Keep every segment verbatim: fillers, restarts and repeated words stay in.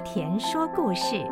田说故事。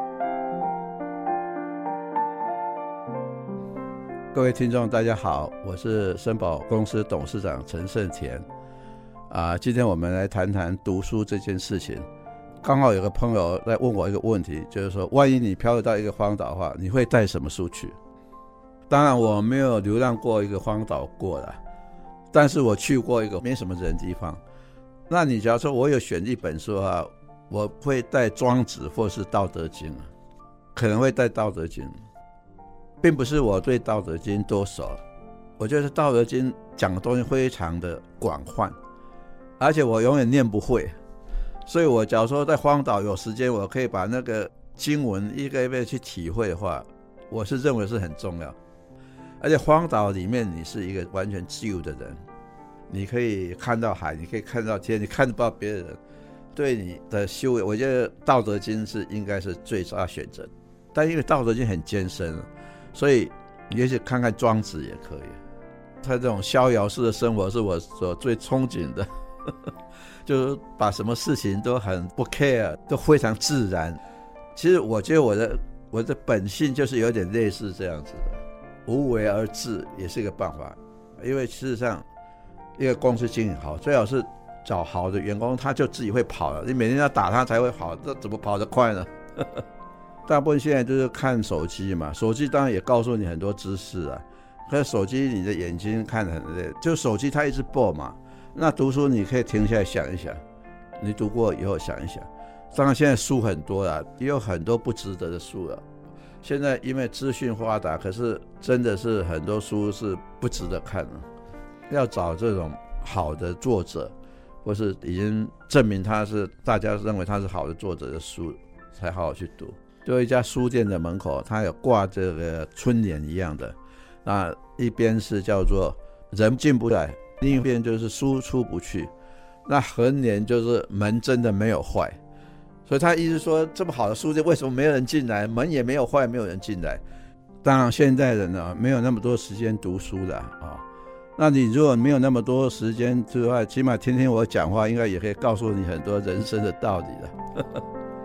各位听众大家好，我是森宝公司董事长陈胜田、啊、今天我们来谈谈读书这件事情。刚好有个朋友在问我一个问题，就是说万一你漂流到一个荒岛的话，你会带什么书去？当然我没有流浪过一个荒岛过啦，但是我去过一个没什么人的地方。那你假如说我有选一本书的话，我会带庄子或是道德经，可能会带道德经，并不是我对道德经多熟，我觉得道德经讲的东西非常的广泛，而且我永远念不会，所以我假如说在荒岛有时间，我可以把那个经文一个一个去体会的话，我是认为是很重要。而且荒岛里面你是一个完全自由的人，你可以看到海，你可以看到天，你看不到别人，对你的修为，我觉得道德经是应该是最佳选择。但因为道德经很艰深，所以也许看看庄子也可以。他这种逍遥式的生活是我所最憧憬的就是把什么事情都很不 care， 都非常自然。其实我觉得我的我的本性就是有点类似这样子的，无为而治也是一个办法。因为事实上一个公司经营好，最好是找好的员工，他就自己会跑了，你每天要打他才会跑，这怎么跑得快呢大部分现在就是看手机嘛，手机当然也告诉你很多知识啊，可是手机你的眼睛看得很累，就手机它一直播嘛。那读书你可以停下来想一想，你读过以后想一想。当然现在书很多了，也有很多不值得的书了。现在因为资讯发达，可是真的是很多书是不值得看的。要找这种好的作者，或是已经证明他是大家认为他是好的作者的书，才好好去读。就一家书店的门口，它有挂这个春联一样的，那一边是叫做人进不来，另一边就是书出不去，那横联就是门真的没有坏。所以他意思说，这么好的书店为什么没有人进来？门也没有坏，没有人进来。当然现代人呢，没有那么多时间读书的啊。那你如果没有那么多时间之外，起码听听我讲话，应该也可以告诉你很多人生的道理了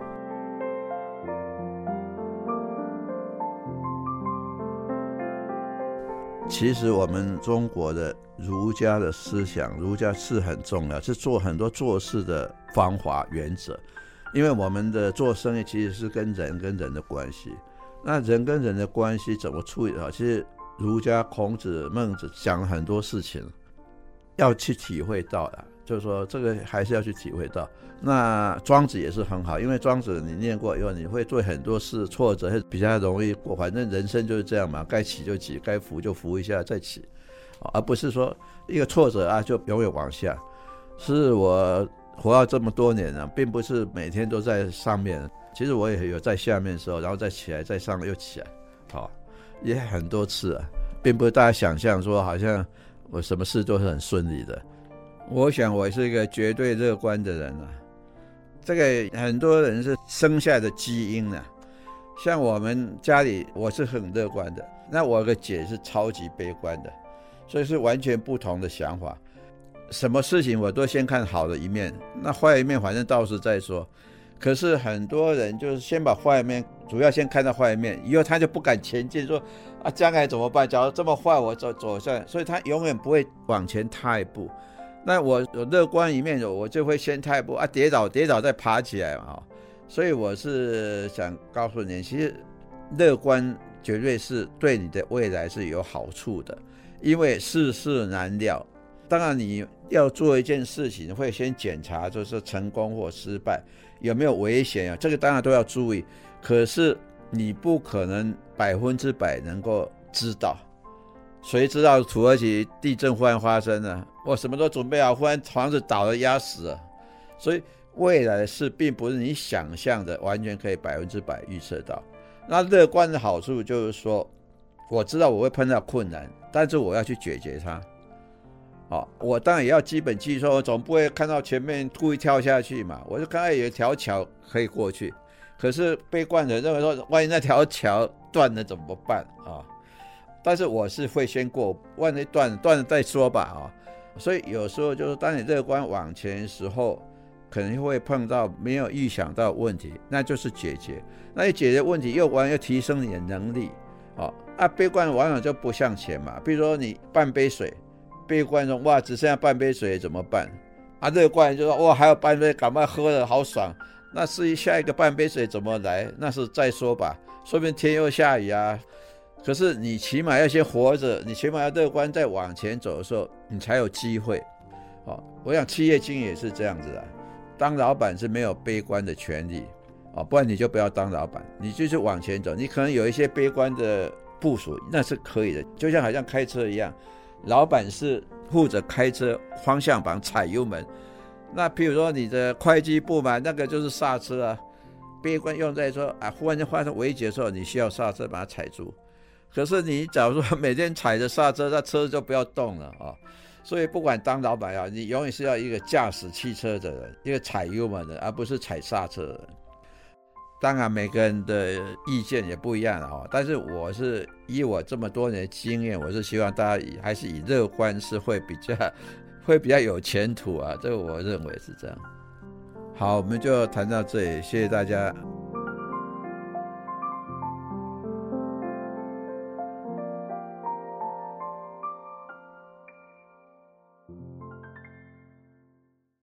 其实我们中国的儒家的思想，儒家是很重要，是做很多做事的方法原则。因为我们的做生意其实是跟人跟人的关系，那人跟人的关系怎么处理好，其实儒家孔子孟子讲了很多事情要去体会到的，就是说这个还是要去体会到。那庄子也是很好，因为庄子你念过以后，你会对很多事挫折比较容易过，反正人生就是这样嘛，该起就起，该扶就扶一下再起，而不是说一个挫折啊就永远往下。是我活到这么多年了，并不是每天都在上面，其实我也有在下面的时候，然后再起来，再上又起来，好，也很多次啊，并不是大家想象说好像我什么事都是很顺利的。我想我是一个绝对乐观的人啊，这个很多人是生下的基因啊。像我们家里我是很乐观的，那我的姐是超级悲观的，所以是完全不同的想法。什么事情我都先看好的一面，那坏一面反正到时再说。可是很多人就是先把坏面，主要先看到坏面，以后他就不敢前进，说啊将来怎么办？假如这么坏，我走走下来，所以他永远不会往前踏一步。那我有乐观一面，我就会先踏一步啊，跌倒跌倒再爬起来嘛。所以我是想告诉你，其实乐观绝对是对你的未来是有好处的，因为世事难料。当然你要做一件事情会先检查就是成功或失败有没有危险啊，这个当然都要注意，可是你不可能百分之百能够知道。谁知道土耳其地震忽然发生了，我什么都准备好，忽然房子倒了压死了。所以未来的事并不是你想象的完全可以百分之百预测到。那乐观的好处就是说，我知道我会碰到困难，但是我要去解决它。哦、我当然也要基本技术，我总不会看到前面故意跳下去嘛，我就看到有一条桥可以过去。可是悲观的认为说，万一那条桥断了怎么办啊？但是我是会先过，万一断了断了再说吧啊。所以有时候就是当你乐观往前的时候， 可能会碰到没有预想到的问题，那就是解决。那你解决问题又完又提升你的能力，哦，啊，悲观往往就不向前嘛。比如说你半杯水，悲观说哇只剩下半杯水怎么办？啊，乐观就说哇还有半杯，赶快喝了好爽。那至于下一个半杯水怎么来，那是再说吧，说不定天又下雨啊。可是你起码要先活着，你起码要乐观再往前走的时候，你才有机会。哦，我想企业经营也是这样子啊，当老板是没有悲观的权利，哦，不然你就不要当老板，你就是往前走。你可能有一些悲观的部署，那是可以的，就像好像开车一样，老板是负责开车方向盘踩油门，那譬如说你的会计部门那个就是刹车啊，悲观用在说啊，忽然间发生危急的时候，你需要刹车把它踩住。可是你假如说每天踩着刹车，那车就不要动了啊。所以不管当老板啊，你永远是要一个驾驶汽车的人，一个踩油门的人，而不是踩刹车的人。当然每个人的意见也不一样了，但是我是以我这么多年的经验，我是希望大家还是以乐观是会比较会比较有前途啊，这个我认为是这样。好，我们就谈到这里，谢谢大家。